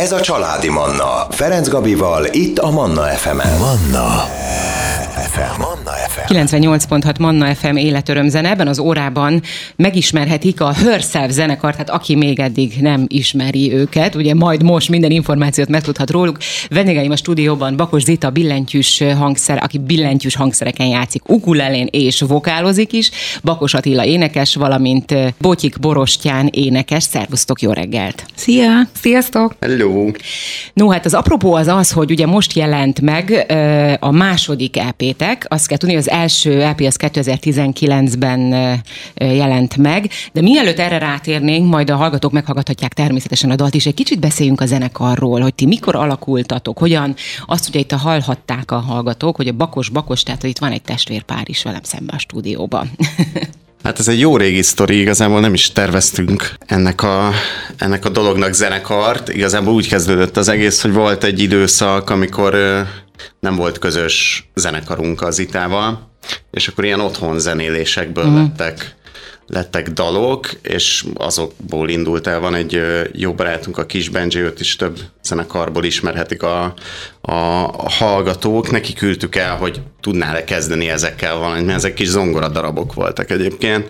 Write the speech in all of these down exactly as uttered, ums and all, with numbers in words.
Ez a Családi Manna. Ferenc Gabival, itt a Manna ef emen. Manna ef em. Manna ef em. kilencvennyolc pont hat Manna ef em életöröm zene. Ebben az órában megismerhetik a Herself zenekart, hát aki még eddig nem ismeri őket, ugye majd most minden információt megtudhat róluk. Vendégeim a stúdióban Bakos Zita billentyűs hangszer, aki billentyűs hangszereken játszik, ukulelén és vokálozik is, Bakos Attila énekes, valamint Botyik Borostyán énekes. Szervusztok, jó reggelt! Szia! Sziasztok! Hello! No, hát az apropó az az, hogy ugye most jelent meg a második é pétek, azt kell tudni, hogy az első é pé az kétezer-tizenkilencben jelent meg, de mielőtt erre rátérnénk, majd a hallgatók meghallgathatják természetesen a dalt is, egy kicsit beszéljünk a zenekarról, hogy ti mikor alakultatok, hogyan, azt ugye itt a hallhatták a hallgatók, hogy a Bakos Bakos, tehát hogy itt van egy testvérpár is velem szemben a stúdióban. Hát ez egy jó régi sztori, igazából nem is terveztünk ennek a, ennek a dolognak zenekart. Igazából úgy kezdődött az egész, hogy volt egy időszak, amikor nem volt közös zenekarunk az Zitával, és akkor ilyen otthon zenélésekből mm. lettek, lettek dalok, és azokból indult el. Van egy jó barátunk, a Kis Benji, őt is több zenekarból ismerhetik a, a, a hallgatók. Neki küldtük el, hogy tudnál-e kezdeni ezekkel valamit, mert ezek kis zongoradarabok voltak egyébként,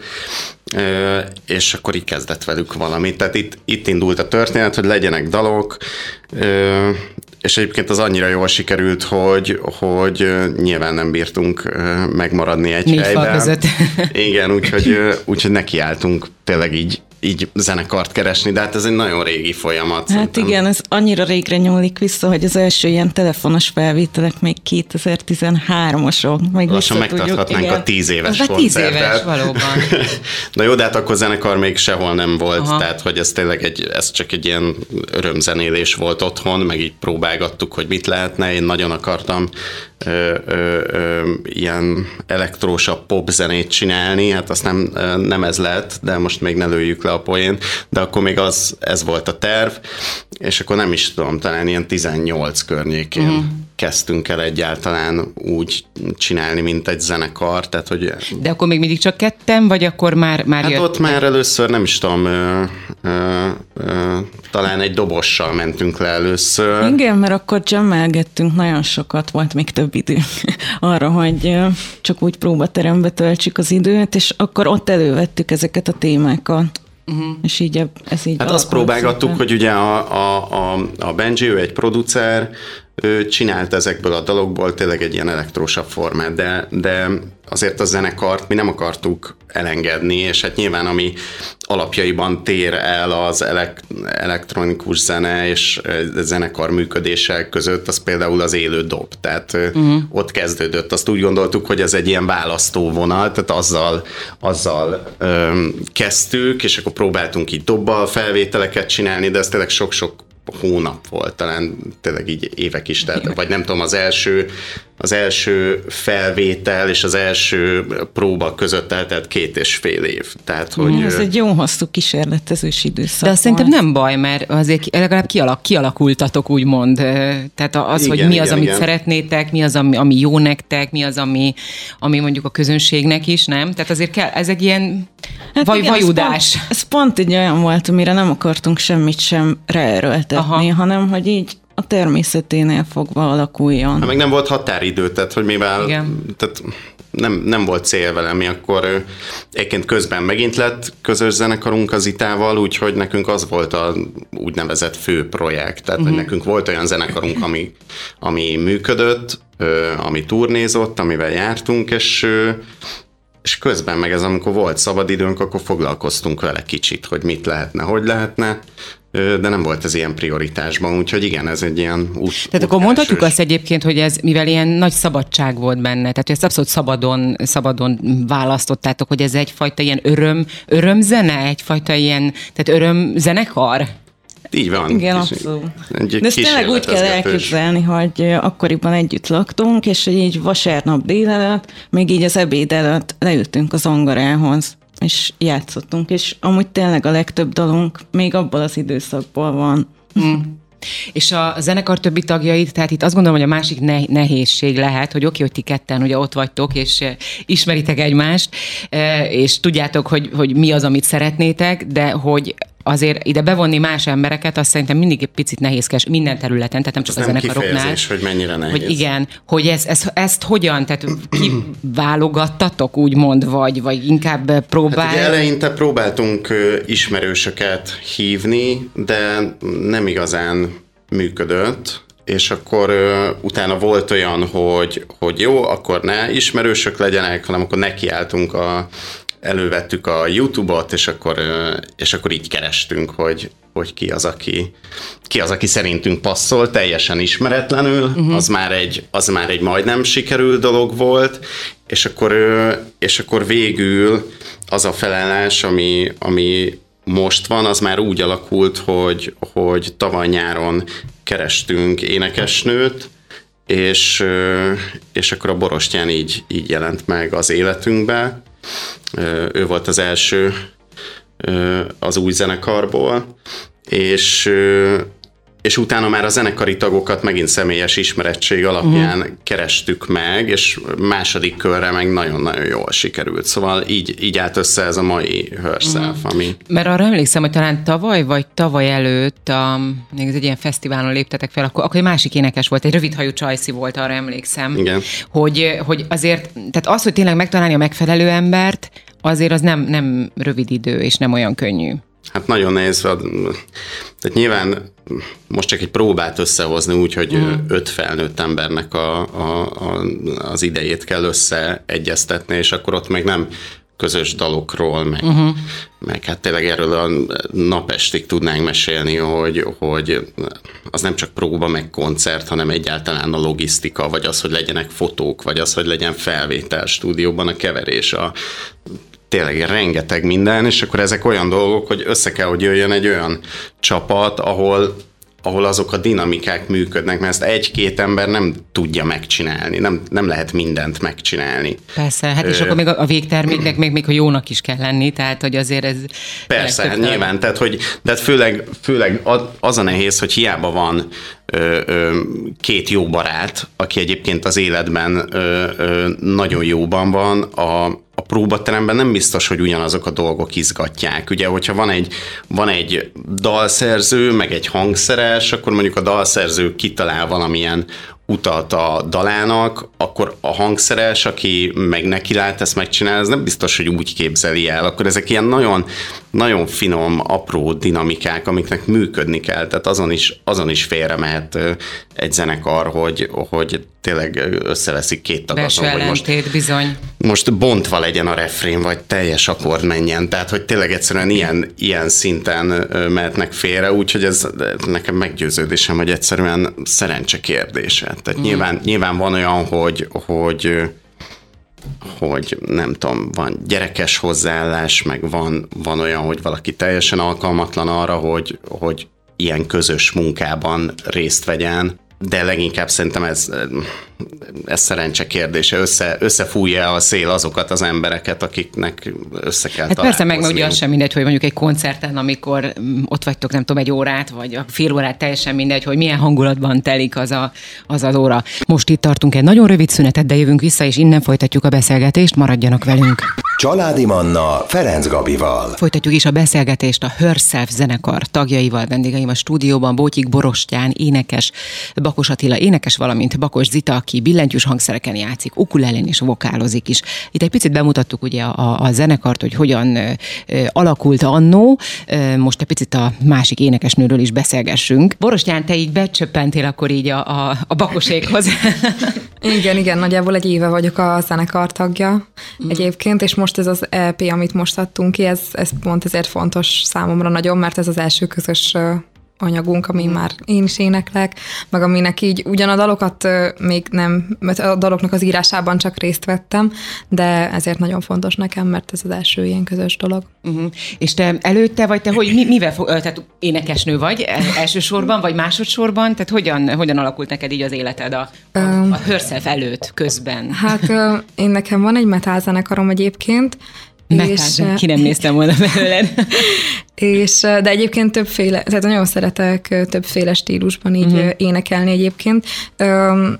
és akkor így kezdett velük valamit. Tehát itt, itt indult a történet, hogy legyenek dalok, és egyébként az annyira jól sikerült, hogy, hogy nyilván nem bírtunk megmaradni egy Négy helyben. fal között. Igen, úgyhogy, úgyhogy nekiálltunk tényleg így, így zenekart keresni, de hát ez egy nagyon régi folyamat. Hát szerintem. igen, ez annyira régre nyúlik vissza, hogy az első ilyen telefonos felvételek még kétezer-tizenhármasok. Lassan megtarthatnánk a tíz éves az koncertet. tíz éves, valóban. Na jó, de hát akkor zenekar még sehol nem volt, Aha. tehát hogy ez tényleg egy, ez csak egy ilyen örömzenélés volt otthon, meg így próbálgattuk, hogy mit lehetne. Én nagyon akartam Ö, ö, ö, ilyen elektrósabb popzenét csinálni, hát azt nem, nem ez lett, de most még ne lőjük le a poént, de akkor még az, ez volt a terv, és akkor nem is tudom, talán ilyen tizennyolc környékén uh-huh. kezdtünk el egyáltalán úgy csinálni, mint egy zenekar, tehát hogy... De akkor még mindig csak ketten, vagy akkor már, már Hát jött? ott már először, nem is tudom, ö, ö, ö, talán egy dobossal mentünk le először. Igen, mert akkor jammelgettünk nagyon sokat, volt még több idő arra, hogy csak úgy próbaterembe töltsük az időt, és akkor ott elővettük ezeket a témákat. Uh-huh. És így ez így hát azt próbálgattuk, szépen. Hogy ugye a, a, a, a Benji, ő egy producer, ő csinált ezekből a dalokból tényleg egy ilyen elektrósabb formát, de, de azért a zenekart mi nem akartuk elengedni, és hát nyilván ami alapjaiban tér el az elek, elektronikus zene és zenekar működése között, az például az élő dob. Tehát uh-huh. ott kezdődött. Azt úgy gondoltuk, hogy ez egy ilyen választóvonal, tehát azzal, azzal öm, kezdtük, és akkor próbáltunk így dobbal felvételeket csinálni, de ez tényleg sok-sok hónap volt, talán tényleg így évek is, tehát, vagy nem tudom, az első, az első felvétel és az első próba között eltelt két és fél év. Tehát, hogy ez egy jó hosszú kísérletezős időszak. De azt szerintem nem baj, mert azért legalább kialak, kialakultatok, úgymond. Tehát az, igen, hogy mi az, igen, amit igen. szeretnétek, mi az, ami, ami jó nektek, mi az, ami, ami mondjuk a közönségnek is, nem? Tehát azért kell, ez egy ilyen hát vaj, igen, vajudás. Ez pont, ez pont egy olyan volt, amire nem akartunk semmit sem ráerőltetni, hanem hogy így a természeténél fogva alakuljon. Hát meg nem volt határidő, tehát hogy mivel tehát nem, nem volt cél velem, mi akkor egyébként közben megint lett közös zenekarunk az Zitával, úgyhogy nekünk az volt a úgynevezett fő projekt, tehát uh-huh. hogy nekünk volt olyan zenekarunk, ami, ami működött, ami turnézott, amivel jártunk, és és közben meg ez, amikor volt szabadidőnk, akkor foglalkoztunk vele kicsit, hogy mit lehetne, hogy lehetne, de nem volt ez ilyen prioritásban, úgyhogy igen, ez egy ilyen út. Tehát akkor mondhatjuk azt egyébként, hogy ez, mivel ilyen nagy szabadság volt benne, tehát hogy ezt abszolút szabadon, szabadon választottátok, hogy ez egyfajta ilyen öröm, örömzene, egyfajta ilyen, tehát örömzenekar? Így van. Igen, abszolút. De ezt tényleg úgy kell elképzelni, hogy akkoriban együtt laktunk, és hogy így vasárnap délelőtt, még így az ebéd előtt leültünk a zongorához, és játszottunk, és amúgy tényleg a legtöbb dalunk még abból az időszakból van. Mm. És a zenekar többi tagjait, tehát itt azt gondolom, hogy a másik nehézség lehet, hogy oké, hogy ti ketten ugye ott vagytok, és ismeritek egymást, és tudjátok, hogy, hogy mi az, amit szeretnétek, de hogy azért ide bevonni más embereket, azt szerintem mindig egy picit nehézkes minden területen, tehát nem csak ez a zenekaroknál. hogy mennyire nehéz. Hogy igen, hogy ez, ez, ezt hogyan, tehát kiválogattatok úgymond, vagy, vagy inkább próbál... Hát ugye eleinte próbáltunk ismerősöket hívni, de nem igazán működött, és akkor ö, utána volt olyan, hogy, hogy jó, akkor ne ismerősök legyenek, hanem akkor nekiálltunk, a, elővettük a YouTube-ot, és akkor, ö, és akkor így kerestünk, hogy, hogy ki az, aki, ki az, aki szerintünk passzol, teljesen ismeretlenül, uh-huh. az, már egy, az már egy majdnem sikerült dolog volt, és akkor, ö, és akkor végül az a felállás, ami, ami most van, az már úgy alakult, hogy, hogy tavaly nyáron kerestünk énekesnőt, és, és akkor a Borostyán így, így jelent meg az életünkbe. Ő volt az első az új zenekarból, és, és utána már a zenekari tagokat megint személyes ismerettség alapján uh-huh. kerestük meg, és második körre meg nagyon-nagyon jól sikerült. Szóval így, így állt össze ez a mai Herself, uh-huh. ami... Mert arra emlékszem, hogy talán tavaly vagy tavaly előtt, um, még egy ilyen fesztiválon léptetek fel, akkor, akkor egy másik énekes volt, egy rövidhajú csajszi volt, arra emlékszem. Igen. Hogy, hogy azért, tehát az, hogy tényleg megtalálni a megfelelő embert, azért az nem, nem rövid idő, és nem olyan könnyű. Hát nagyon nehéz. Tehát nyilván most csak egy próbát összehozni úgy, hogy mm. öt felnőtt embernek a, a, a, az idejét kell összeegyeztetni, és akkor ott meg nem közös dalokról, meg, uh-huh. meg hát tényleg erről a napestig tudnánk mesélni, hogy, hogy az nem csak próba, meg koncert, hanem egyáltalán a logisztika, vagy az, hogy legyenek fotók, vagy az, hogy legyen felvétel stúdióban, a keverés, a tényleg rengeteg minden, és akkor ezek olyan dolgok, hogy össze kell, hogy jöjjön egy olyan csapat, ahol, ahol azok a dinamikák működnek, mert ezt egy-két ember nem tudja megcsinálni, nem, nem lehet mindent megcsinálni. Persze, hát és Ö... akkor még a végterméknek még, még a jónak is kell lenni, tehát hogy azért ez... Persze, hát nyilván, tehát hogy, de hát főleg, főleg az a nehéz, hogy hiába van ö, ö, két jó barát, aki egyébként az életben ö, ö, nagyon jóban van, a a próbateremben nem biztos, hogy ugyanazok a dolgok izgatják. Ugye, hogyha van egy, van egy dalszerző, meg egy hangszeres, akkor mondjuk a dalszerző kitalál valamilyen utat a dalának, akkor a hangszeres, aki meg neki lát ezt megcsinál, ez nem biztos, hogy úgy képzeli el. Akkor ezek ilyen nagyon, nagyon finom, apró dinamikák, amiknek működni kell. Tehát azon is, azon is félre mehet egy zenekar, hogy, hogy tényleg összeveszik két tag azon, hogy most, bizony. most bontva legyen a refrén, vagy teljes akkord menjen. Tehát, hogy tényleg egyszerűen ilyen, ilyen szinten mehetnek félre, úgyhogy ez nekem meggyőződésem, hogy egyszerűen szerencse kérdése. Tehát mm. nyilván, nyilván van olyan, hogy, hogy, hogy nem tudom, van gyerekes hozzáállás, meg van, van olyan, hogy valaki teljesen alkalmatlan arra, hogy, hogy ilyen közös munkában részt vegyen, de leginkább szerintem ez, ez szerencse kérdése, össze, összefújja a szél azokat az embereket, akiknek össze kell hát találkozni. Persze, meg ugye az sem mindegy, hogy mondjuk egy koncerten, amikor ott vagytok, nem tudom, egy órát, vagy a fél órát, teljesen mindegy, hogy milyen hangulatban telik az a, az, az óra. Most itt tartunk egy nagyon rövid szünetet, de jövünk vissza, és innen folytatjuk a beszélgetést, maradjanak velünk. Családi Manna Ferenc Gabival. Folytatjuk is a beszélgetést a Herself zenekar tagjaival, vendégeim a stúdióban, Bótyik Borostyán, énekes, Bakos Attila énekes, valamint Bakos Zita, aki billentyűs hangszereken játszik, ukulelén és vokálozik is. Itt egy picit bemutattuk ugye a, a zenekart, hogy hogyan ö, ö, alakult annó, ö, most egy picit a másik énekesnőről is beszélgessünk. Borostyán, te így becsöppentél akkor így a, a, a Bakosékhoz. Igen, igen, nagyjából egy éve vagyok a zenekar tagja mm. egyébként, és most ez az é pé, amit most adtunk ki, ez, ez pont ezért fontos számomra nagyon, mert ez az első közös anyagunk, ami mm. már én is éneklek, meg aminek így ugyan a dalokat még nem, mert a daloknak az írásában csak részt vettem, de ezért nagyon fontos nekem, mert ez az első ilyen közös dolog. Uh-huh. És te előtte vagy, te hogy mi, mivel fog, tehát énekesnő vagy elsősorban, vagy másodszorban, tehát hogyan, hogyan alakult neked így az életed a, a, a Herself előtt, közben? Hát én nekem van egy metal zenekarom egyébként, és, ki nem néztem volna belőled. És, de egyébként többféle, tehát nagyon szeretek többféle stílusban így uh-huh. énekelni egyébként.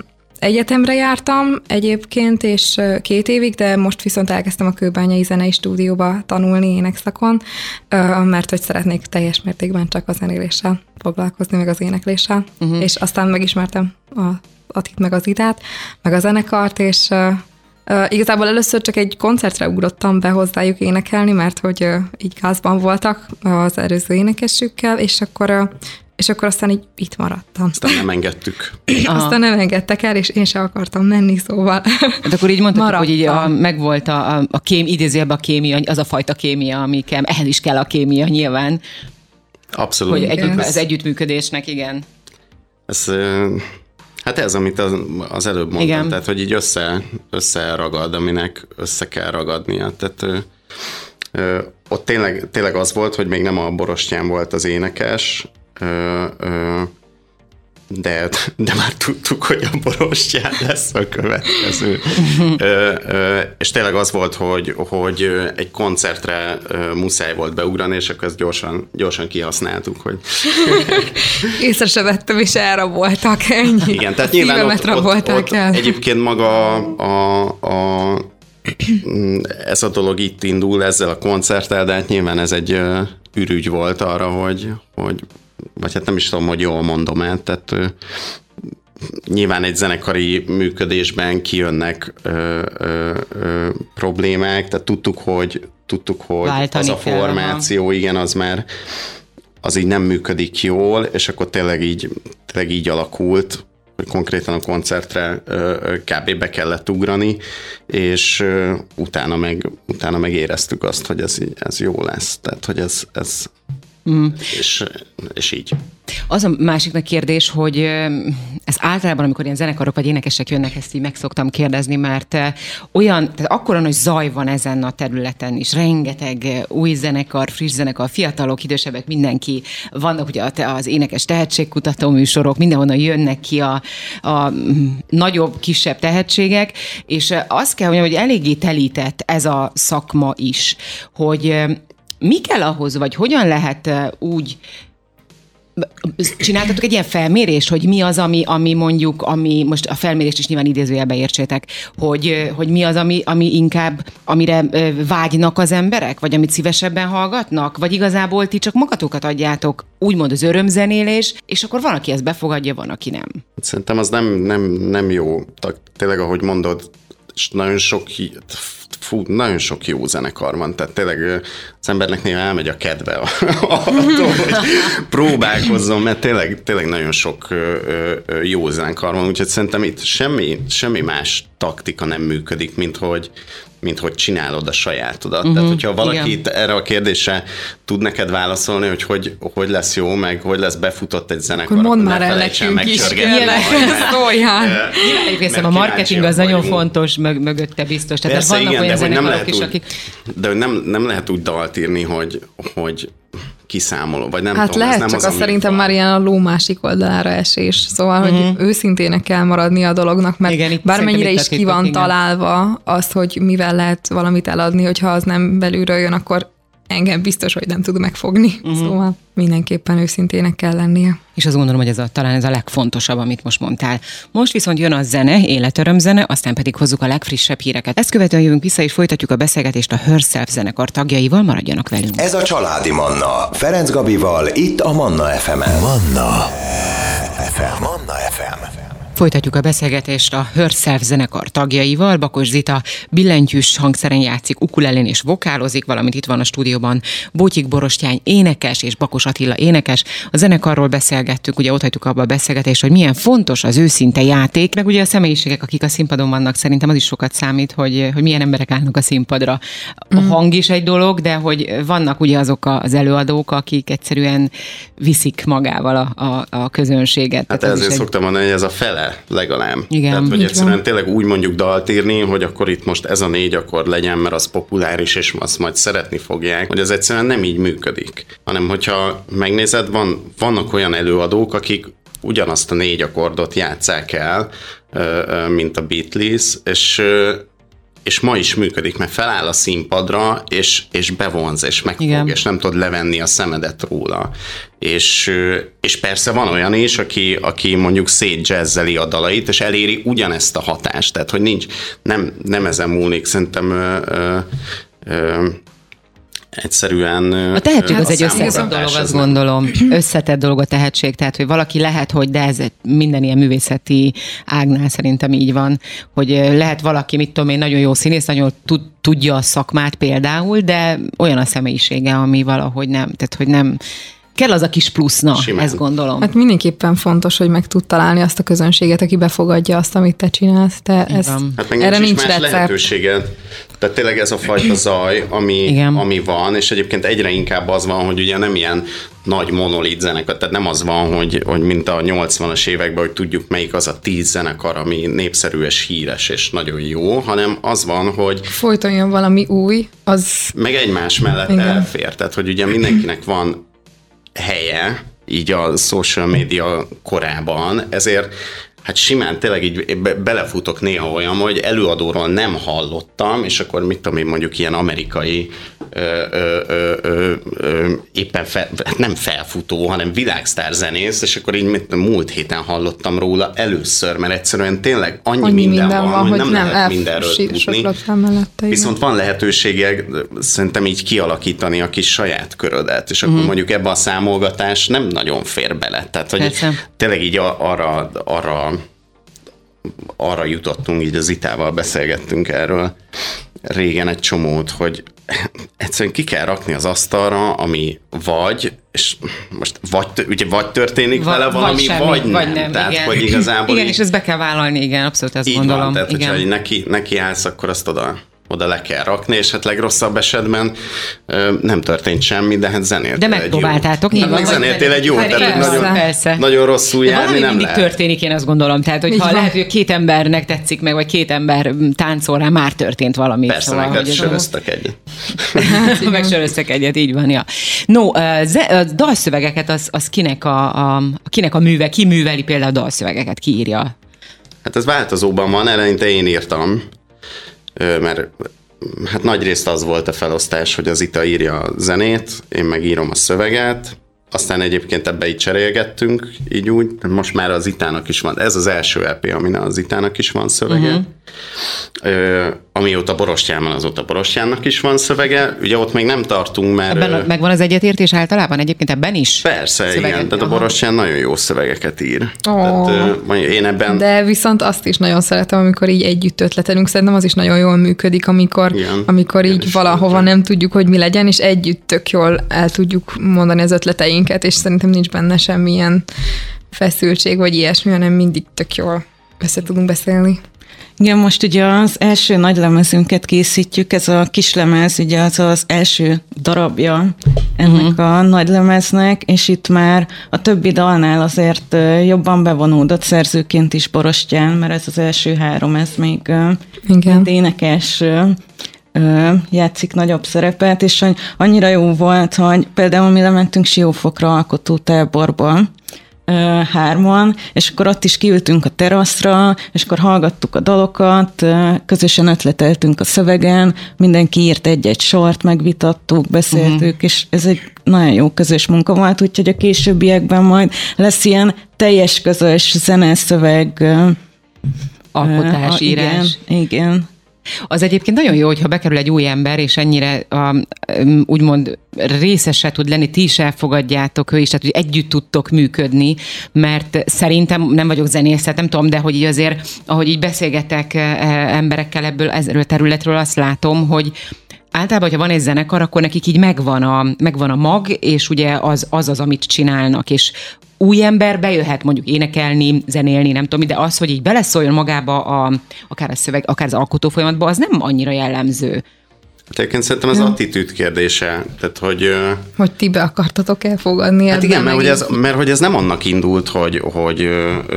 egyetemre jártam egyébként, és két évig, de most viszont elkezdtem a Kőbányai Zenei Stúdióba tanulni énekszakon, mert hogy szeretnék teljes mértékben csak a zenéléssel foglalkozni, meg az énekléssel, uh-huh. és aztán megismertem a Atit, meg az Idát, meg a zenekart, és Uh, igazából először csak egy koncertre ugrottam be hozzájuk énekelni, mert hogy uh, így gázban voltak az előző énekesükkel, és akkor, uh, és akkor aztán így itt maradtam. Aztán nem engedtük. Aztán nem engedtek el, és én sem akartam menni, szóval hát akkor így mondhatjuk, hogy így a, megvolt a, a, a kém, idézőjelben a kémia, az a fajta kémia, ami kell, ehhez is kell a kémia nyilván. Abszolút. Hogy együtt, az együttműködésnek, igen. Ez... Hát ez, amit az, az előbb mondtam, igen. Tehát, hogy így össze, összeragad, aminek össze kell ragadnia. Tehát ö, ö, ott tényleg, tényleg az volt, hogy még nem a Borostyán volt az énekes, ö, ö, de, de már tudtuk, hogy a Borostyán lesz a következő. ö, ö, és tényleg az volt, hogy, hogy egy koncertre ö, muszáj volt beugrani, és akkor ezt gyorsan, gyorsan kihasználtuk, hogy... Észre se vettem, és elraboltak, ennyi. Igen, tehát nyilván ott, ott, ott egyébként maga a, a, ez a dolog itt indul ezzel a koncerttel, de hát nyilván ez egy ürügy volt arra, hogy, hogy vagy hát nem is tudom, hogy jól mondom el, tehát ö, nyilván egy zenekari működésben kijönnek ö, ö, ö, problémák, tehát tudtuk, hogy, tudtuk, hogy az a formáció, kell, igen, az már az így nem működik jól, és akkor tényleg így, tényleg így alakult, hogy konkrétan a koncertre ö, kb. Be kellett ugrani, és ö, utána, meg, utána meg éreztük azt, hogy ez, ez jó lesz, tehát hogy ez, ez Mm. És, és így. Az a másiknak kérdés, hogy ez általában, amikor ilyen zenekarok vagy énekesek jönnek, ezt így meg szoktam kérdezni, mert olyan, tehát akkora nagy zaj van ezen a területen is, rengeteg új zenekar, friss zenekar, fiatalok, idősebbek, mindenki, vannak ugye az énekes tehetségkutató műsorok, mindenhonnan jönnek ki a, a nagyobb, kisebb tehetségek, és azt kell mondjam, hogy eléggé telített ez a szakma is, hogy mi kell ahhoz, vagy hogyan lehet úgy, csináltatok egy ilyen felmérést, hogy mi az, ami, ami mondjuk, ami most a felmérést is nyilván idézőjelbe értsétek, hogy, hogy mi az, ami, ami inkább, amire vágynak az emberek, vagy amit szívesebben hallgatnak, vagy igazából ti csak magatokat adjátok, úgymond az örömzenélés, és akkor van, aki ezt befogadja, van, aki nem. Szerintem az nem, nem, nem jó. Tényleg, ahogy mondod, és nagyon sok Fú, nagyon sok jó zenekar van, tehát tényleg az embernek néha elmegy a kedve attól, hogy próbálkozzon, mert tényleg, tényleg nagyon sok jó zenekar van, úgyhogy szerintem itt semmi, semmi más taktika nem működik, mint hogy, mint hogy csinálod a sajátodat. Uh-huh, tehát, hogyha valaki itt erre a kérdésre tud neked válaszolni, hogy, hogy hogy lesz jó, meg hogy lesz befutott egy zenekar, akkor mondd már el nekünk is, szóljál. A marketing az nagyon fontos, mög- mögötte biztos. Tehát persze, vannak igen, olyan zenekarok is, úgy, akik... De nem, nem lehet úgy dalt írni, hogy, hogy kiszámoló, vagy nem hát tudom. lehet, nem csak az, az szerintem van. Már ilyen a ló másik oldalára esés. Szóval, mm-hmm. hogy őszintének kell maradni a dolognak, mert igen, bármennyire is ki van igen. találva az, hogy mivel lehet valamit eladni, hogyha az nem belülről jön, akkor engem biztos, hogy nem tud megfogni. Uh-huh. Szóval mindenképpen őszintének kell lennie. És azt gondolom, hogy ez a, talán ez a legfontosabb, amit most mondtál. Most viszont jön a zene, életörömzene, aztán pedig hozzuk a legfrissebb híreket. Ezt követően jövünk vissza, és folytatjuk a beszélgetést a Herself zenekar tagjaival, maradjanak velünk. Ez a Családi Manna, Ferenc Gabival, itt a Manna ef emen. Manna ef em. Manna ef em. Folytatjuk a beszélgetést a Herself zenekar tagjaival. Bakos Zita billentyűs hangszeren játszik, ukulelén és vokálozik, valamint itt van a stúdióban Bótyik Borostyány énekes és Bakos Attila énekes. A zenekarról beszélgettünk, ugye ott hagytuk abba a beszélgetést, hogy milyen fontos az őszinte játék, meg ugye a személyiségek, akik a színpadon vannak, szerintem az is sokat számít, hogy, hogy milyen emberek állnak a színpadra. A mm. hang is egy dolog, de hogy vannak ugye azok az előadók, akik egyszerűen viszik magával a, a, a közönséget. Hát ezért egy... szoktam mondani, hogy ez a fele legalább. Igen, tehát, hogy egyszerűen tényleg úgy mondjuk dalt írni, hogy akkor itt most ez a négy akkord legyen, mert az populáris, és azt majd szeretni fogják, hogy ez egyszerűen nem így működik. Hanem, hogyha megnézed, van, vannak olyan előadók, akik ugyanazt a négy akkordot játsszák el, mint a Beatles, és és ma is működik, mert feláll a színpadra, és, és bevonz, és megfog, igen. és nem tud levenni a szemedet róla. És, és persze van olyan is, aki, aki mondjuk szétjazzeli a dalait, és eléri ugyanezt a hatást, tehát hogy nincs, nem, nem ezen múlik, szerintem ö, ö, ö, egyszerűen... A tehetség az egy összetett dolog, azt gondolom. Összetett dolog a tehetség, tehát hogy valaki lehet, hogy de ez minden ilyen művészeti ágnál szerintem így van, hogy lehet valaki, mit tudom én, nagyon jó színész, nagyon tud, tudja a szakmát például, de olyan a személyisége, ami valahogy nem, tehát hogy nem... Kell az a kis plusz, na, simán. Ezt gondolom. Hát mindenképpen fontos, hogy meg tud találni azt a közönséget, aki befogadja azt, amit te csinálsz. Te ezt, hát erre nincs más lehetőséged. Tehát tényleg ez a fajta zaj, ami, ami van, és egyébként egyre inkább az van, hogy ugye nem ilyen nagy monolit zenekar, tehát nem az van, hogy, hogy mint a nyolcvanas években, hogy tudjuk melyik az a tíz zenekar, ami népszerű és híres és nagyon jó, hanem az van, hogy... Folyton jön valami új, az... Meg egymás mellett igen. elfér, tehát hogy ugye mindenkinek van helye, így a social media korában, ezért hát simán tényleg így belefutok néha olyan, hogy előadóról nem hallottam, és akkor mit tudom én, mondjuk ilyen amerikai ö, ö, ö, ö, ö, éppen fel, nem felfutó, hanem világsztár zenész, és akkor így mit, múlt héten hallottam róla először, mert egyszerűen tényleg annyi, annyi minden, minden van, van, hogy nem, nem lehet mindenről tudni. Viszont van lehetőségek szerintem így kialakítani a kis saját körödet, és akkor mm. mondjuk ebben a számolgatás nem nagyon fér bele. Tehát, hogy Persze. tényleg így arra, arra arra jutottunk, így az Itával beszélgettünk erről régen egy csomót, hogy egyszerűen ki kell rakni az asztalra, ami vagy, és most vagy, ugye vagy történik Va, vele valami, vagy, semmi, vagy nem. Vagy nem tehát, igen. hogy igazából igen, így, és ezt be kell vállalni, igen, abszolút ezt így gondolom. Van, tehát, igen. hogyha neki, neki állsz, akkor azt oda oda le kell rakni, és hát legrosszabb esetben ö, nem történt semmi, de hát zenéltél de megpróbáltátok, egy jó. De megzenéltél egy jó, tehát nagyon, nagyon rosszul járni nem lehet. történik, én azt gondolom. Tehát, hogy ha lehet, hogy két embernek tetszik meg, vagy két ember táncol rá, már történt valami. Persze, szóval, meg söröztek egyet. meg söröztek egyet, így van, ja. No, a dalszövegeket, az, az kinek, a, a, kinek a műve, ki műveli például a dalszövegeket, ki írja? Hát ez változóban van, eleinte én írtam, mert hát nagyrészt az volt a felosztás, hogy az Ita írja a zenét, én meg írom a szöveget, aztán egyébként ebbe így cserélgettünk, így úgy, most már az Itának is van, ez az első é pé, amin az Itának is van szövege. Uh-huh. Ö, amióta Borostyán van, azóta Borostyánnak is van szövege, ugye ott még nem tartunk, mert... Ebben megvan az egyetértés általában egyébként ebben is? Persze, szövegek. Igen, tehát a Borostyán nagyon jó szövegeket ír. Oh. Tehát, én ebben... De viszont azt is nagyon szeretem, amikor így együtt ötletelünk, szerintem az is nagyon jól működik, amikor, igen, amikor így valahova szeretem. Nem tudjuk, hogy mi legyen, és együtt tök jól el tudjuk mondani az ötleteinket, és szerintem nincs benne semmilyen feszültség, vagy ilyesmi, hanem mindig tök jól össze tudunk beszélni. Igen, most ugye az első nagy lemezünket készítjük, ez a kislemez, ugye az az első darabja ennek uh-huh. a nagy lemeznek, és itt már a többi dalnál azért jobban bevonódott szerzőként is Borostyán, mert ez az első három, ez még Igen. énekes játszik nagyobb szerepet, és annyira jó volt, hogy például mi lementünk Siófokra alkotótáborba, hárman, és akkor ott is kiültünk a teraszra, és akkor hallgattuk a dalokat, közösen ötleteltünk a szövegen, mindenki írt egy-egy sort, megvitattuk, beszéltük, uh-huh. és ez egy nagyon jó közös munka volt, úgyhogy a későbbiekben majd lesz ilyen teljes közös zeneszöveg alkotás, uh, írás. Igen, igen. Az egyébként nagyon jó, hogyha bekerül egy új ember, és ennyire a, úgymond részese tud lenni, ti is elfogadjátok, ő is, tehát hogy együtt tudtok működni, mert szerintem nem vagyok zenész, nem tudom, de hogy így azért, ahogy így beszélgetek emberekkel ebből, ezről a területről, azt látom, hogy általában, hogyha van egy zenekar, akkor nekik így megvan a, megvan a mag, és ugye az, az az, amit csinálnak, és új ember bejöhet mondjuk énekelni, zenélni, nem tudom, de az, hogy így beleszóljon magába a, akár a szöveg, akár az alkotó folyamatba, az nem annyira jellemző. Egyébként szerintem ez attitűd kérdése. Tehát, hogy, hogy ti be akartatok elfogadni. Hát igen, mert hogy, ez, mert hogy ez nem annak indult, hogy, hogy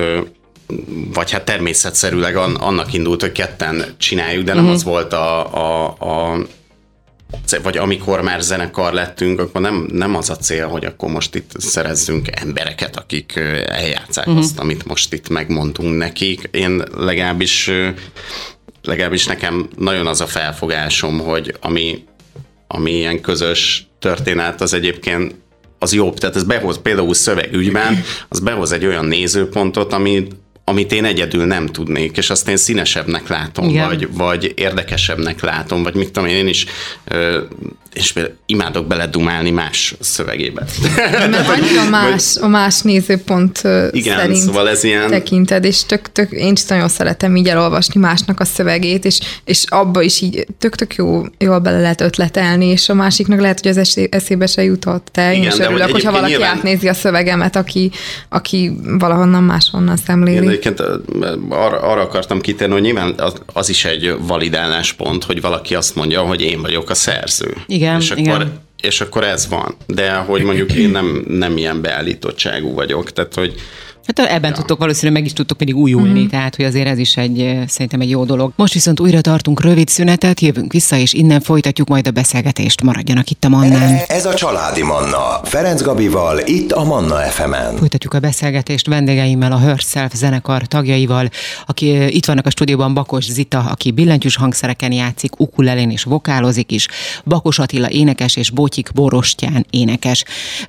vagy hát természetszerűleg annak indult, hogy ketten csináljuk, de nem uh-huh. az volt a, a, a vagy amikor már zenekar lettünk, akkor nem, nem az a cél, hogy akkor most itt szerezzünk embereket, akik eljátszák uh-huh. azt, amit most itt megmondtunk nekik. Én legalábbis legalábbis nekem nagyon az a felfogásom, hogy ami, ami ilyen közös történet, az egyébként az jobb. Tehát ez behoz például szövegügyben, az behoz egy olyan nézőpontot, ami amit én egyedül nem tudnék, és azt én színesebbnek látom, vagy, vagy érdekesebbnek látom, vagy mit tudom én, én is és imádok beledumálni más szövegébe. Mert annyira más, a más nézőpont igen, szerint szóval ez ilyen... tekinted, és tök, tök, én is nagyon szeretem így elolvasni másnak a szövegét, és, és abba is így tök-tök jó, jól bele lehet ötletelni, és a másiknak lehet, hogy az eszébe se jutott. Te én igen, is örülök, hogyha valaki nyilván... átnézi a szövegemet, aki, aki valahonnan máshonnan szemléli. Igen, egyébként arra, arra akartam kitérni, hogy nyilván az, az is egy validáláspont, hogy valaki azt mondja, hogy én vagyok a szerző. Igen. És akkor, igen. és akkor ez van. De hogy mondjuk én nem, nem ilyen beállítottságú vagyok. Tehát, hogy Hát ebben ja. tudtok valószínűleg meg is tudtok pedig újulni, mm. tehát hogy azért ez is egy, szerintem egy jó dolog. Most viszont újra tartunk rövid szünetet, jövünk vissza, és innen folytatjuk majd a beszélgetést. Maradjanak itt a Mannán. Ez a Családi Manna. Ferenc Gabival, itt a Manna ef emen. Folytatjuk a beszélgetést vendégeimmel, a Herself zenekar tagjaival, aki itt vannak a stúdióban, Bakos Zita, aki billentyűs hangszereken játszik, ukulelén és vokálozik is, Bakos Attila énekes és Botyik Borostyán énekes.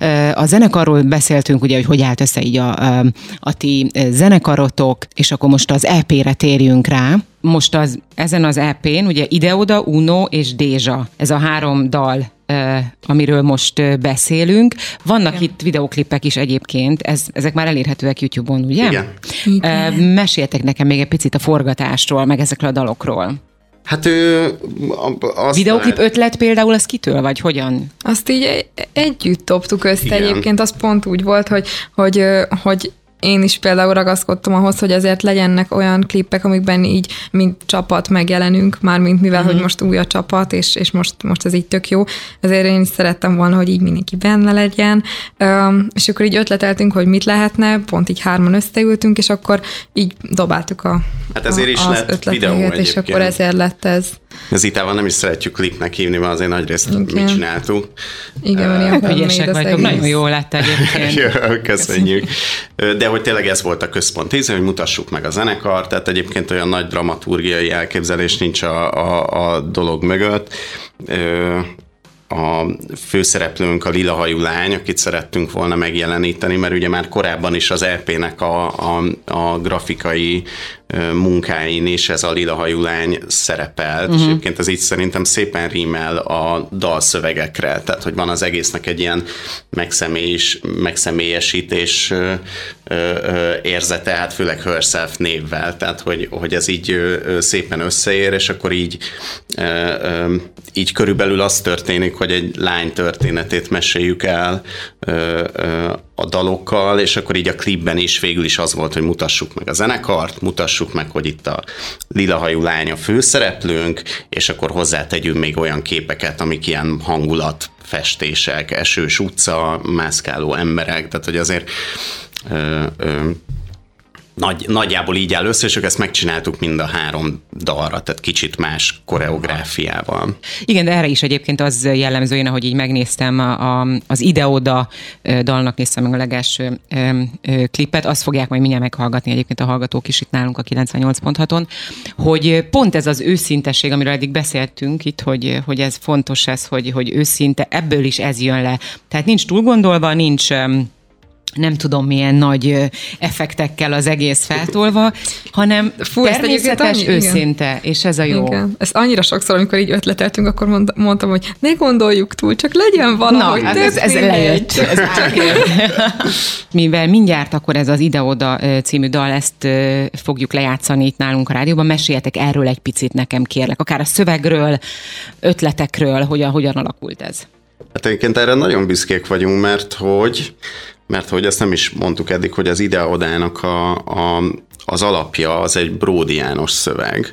A zenekarról beszéltünk, ugye, hogy hogy állt össze így a a ti zenekarotok, és akkor most az é pére térjünk rá. Most az, ezen az é pén ugye Ide-oda, Uno és Dézsa, ez a három dal, amiről most beszélünk. Vannak igen. itt videóklipek is egyébként, ez, ezek már elérhetőek YouTube-on, ugye? Igen. Igen. Meséltek nekem még egy picit a forgatásról, meg ezekről a dalokról. Hát ő... Az videóklip lehet... ötlet például, az kitől, vagy hogyan? Azt így együtt toptuk össze. Igen. Egyébként az pont úgy volt, hogy, hogy, hogy én is például ragaszkodtam ahhoz, hogy azért legyenek olyan klippek, amikben így, mint csapat megjelenünk, mármint mivel, uh-huh. hogy most új a csapat, és, és most, most ez így tök jó. Ezért én is szerettem volna, hogy így mindenki benne legyen. Um, és akkor így ötleteltünk, hogy mit lehetne, pont így hárman összeültünk, és akkor így dobáltuk a, hát ezért a, is az lett ötleteket, és akkor ezért lett ez. Az Itával nem is szeretjük klipnek hívni, mert azért nagy részt igen. mit csináltuk. Igen, uh, hát ügyesek vagytok, nagyon jó lett egyébként. Jó, köszönjük. De hogy tényleg ez volt a központ tíz, hogy mutassuk meg a zenekar, tehát egyébként olyan nagy dramaturgiai elképzelés nincs a, a, a dolog mögött. A főszereplőnk a lilahajú lány, akit szerettünk volna megjeleníteni, mert ugye már korábban is az é pének a, a, a grafikai munkáin is ez a lilahajú lány szerepelt, uh-huh. és egyébként ez így szerintem szépen rímel a dalszövegekre, tehát hogy van az egésznek egy ilyen megszemélyes, megszemélyesítés ö, ö, érzete, hát főleg Herself névvel, tehát hogy, hogy ez így ö, szépen összeér, és akkor így, ö, ö, így körülbelül az történik, hogy egy lány történetét meséljük el ö, ö, a dalokkal, és akkor így a klipben is végül is az volt, hogy mutassuk meg a zenekart, mutassuk meg, hogy itt a lilahajú lány a főszereplőnk, és akkor hozzátegyünk még olyan képeket, amik ilyen hangulatfestések, esős utca, mászkáló emberek, tehát hogy azért ö, ö, Nagy, nagyjából így áll össze, és ezt megcsináltuk mind a három dalra, tehát kicsit más koreográfiával. Igen, de erre is egyébként az jellemző, én ahogy így megnéztem a, a, az Ide-oda dalnak néztem meg a legelső ö, ö, klipet, azt fogják majd mindjárt meghallgatni egyébként a hallgatók is itt nálunk a kilencvennyolc pont haton, hogy pont ez az őszintesség, amiről eddig beszéltünk itt, hogy, hogy ez fontos ez, hogy, hogy őszinte, ebből is ez jön le. Tehát nincs túl gondolva, nincs... nem tudom milyen nagy effektekkel az egész feltolva, hanem Fú, természetes, annyi, őszinte, igen. és ez a jó. Igen. Ezt annyira sokszor, amikor így ötleteltünk, akkor mondtam, hogy ne gondoljuk túl, csak legyen valahogy. Na, hát ez, ez lejött. Ez Mivel mindjárt akkor ez az Ide-oda című dal, ezt fogjuk lejátszani itt nálunk a rádióban, meséljetek erről egy picit nekem, kérlek. Akár a szövegről, ötletekről, hogyan, hogyan alakult ez. Hát egyébként erre nagyon büszkék vagyunk, mert hogy mert hogy ezt nem is mondtuk eddig, hogy az Ide-odának a, a, az alapja az egy Bródi János szöveg.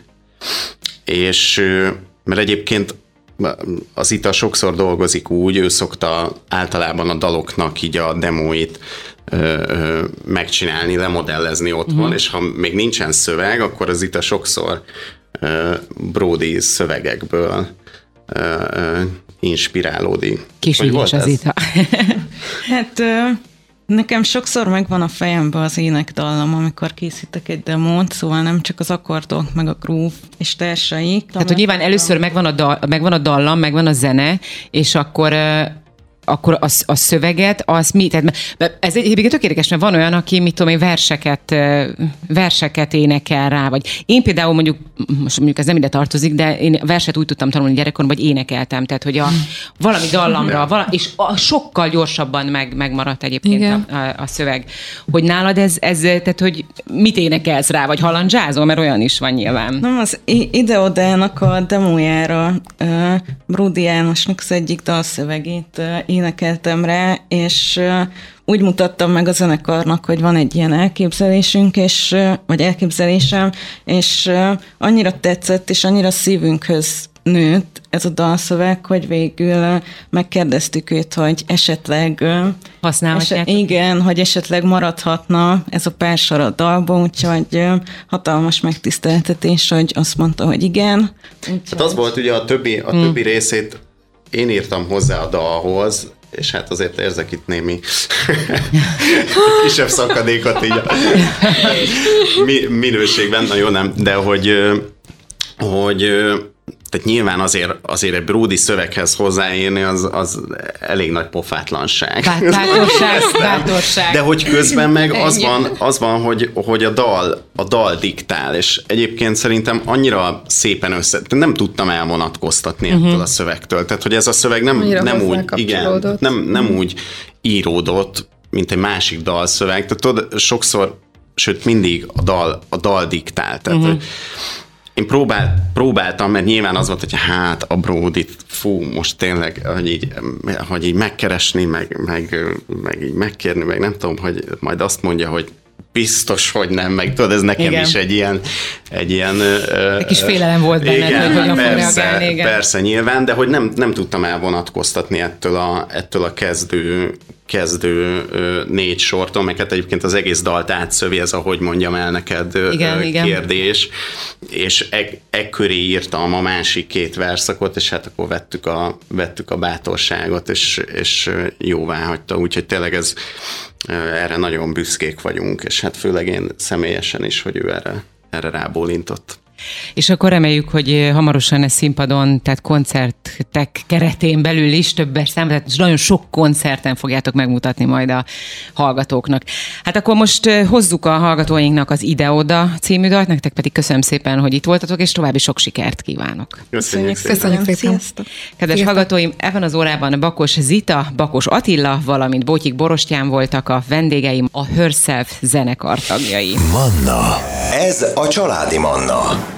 És mert egyébként az Ita sokszor dolgozik úgy, ő szokta általában a daloknak így a demóit ö, ö, megcsinálni, lemodellezni otthon, uh-huh. és ha még nincsen szöveg, akkor az Ita sokszor ö, Bródi szövegekből ö, ö, inspirálódik. Kis ügyes az Ita. Hát... Ö... Nekem sokszor megvan a fejemben az énekdallam, amikor készítek egy demót, szóval nem csak az akkordok, meg a groove és társai. Tehát, hogy nyilván először megvan a, dal, megvan a dallam, megvan a zene, és akkor... akkor a, a szöveget, az mi? Tehát ez egyébként tök érdekes, mert van olyan, aki, mit tudom én, verseket, verseket énekel rá, vagy én például mondjuk, most mondjuk ez nem ide tartozik, de én verset úgy tudtam tanulni gyerekkoromban, vagy énekeltem, tehát hogy a valami dallamra, vala, és a, sokkal gyorsabban meg, megmaradt egyébként a, a, a szöveg. Hogy nálad ez, ez, tehát hogy mit énekelsz rá, vagy halandzsázol, mert olyan is van nyilván. Nem, az Ide-odának a demójára uh, Bródi Jánosnak az egyik dalszövegét uh, énekeltem rá, és úgy mutattam meg a zenekarnak, hogy van egy ilyen elképzelésünk, és, vagy elképzelésem, és annyira tetszett, és annyira szívünkhöz nőtt ez a dalszöveg, hogy végül megkérdeztük őt, hogy esetleg használhatják. Igen, hogy esetleg maradhatna ez a pár sor a dalban, úgyhogy hatalmas megtiszteltetés, hogy azt mondta, hogy igen. Úgyhogy... Hát az volt ugye a többi, a többi hmm. részét én írtam hozzá a dalhoz, és hát azért érzek itt némi kisebb szakadékot így a minőségben, na jó nem, de hogy, hogy tehát nyilván azért, azért egy Bródi szöveghez hozzáérni, az, az elég nagy pofátlanság. Bátorság, bátorság. De hogy közben meg az van, az van hogy, hogy a, dal, a dal diktál, és egyébként szerintem annyira szépen össze... Nem tudtam elvonatkoztatni uh-huh. ettől a szövegtől. Tehát, hogy ez a szöveg nem, nem úgy, igen, nem, nem úgy íródott, mint egy másik dalszöveg. Tehát tudod, sokszor, sőt mindig a dal, a dal diktál. Tehát, uh-huh. hogy én próbál, próbáltam, mert nyilván az volt, hogy hát a Bródit, fú, most tényleg, hogy így, hogy így megkeresni, meg, meg, meg így megkérni, meg nem tudom, hogy majd azt mondja, hogy biztos, hogy nem, meg tudod, ez nekem igen. is egy ilyen... Egy ilyen egy kis félelem volt benned, igen, hogy hogyan persze, fog reagálni. Igen. Persze, nyilván, de hogy nem, nem tudtam elvonatkoztatni ettől a, ettől a kezdő, kezdő négy sortól, meg hát egyébként az egész dalt átszövi, ez ahogy mondjam el neked igen, kérdés, igen. és e, e köré írtam a másik két verszakot, és hát akkor vettük a, vettük a bátorságot, és, és jóvá hagyta, úgyhogy tényleg ez erre nagyon büszkék vagyunk, és hát főleg én személyesen is, hogy ő erre, erre rábólintott. És akkor reméljük, hogy hamarosan ez színpadon, tehát koncertek keretén belül is többes számban, tehát nagyon sok koncerten fogjátok megmutatni majd a hallgatóknak. Hát akkor most hozzuk a hallgatóinknak az Ide-oda című dalt, nektek pedig köszönöm szépen, hogy itt voltatok, és további sok sikert kívánok. Köszönjük szépen. Köszönjük szépen. Sziasztok. Kedves Sziasztok. Hallgatóim, ebben az órában Bakos Zita, Bakos Attila, valamint Bótyik Borostyán voltak a vendégeim, a Herself zenekar tagjai. Manna. Ez a Családi Manna.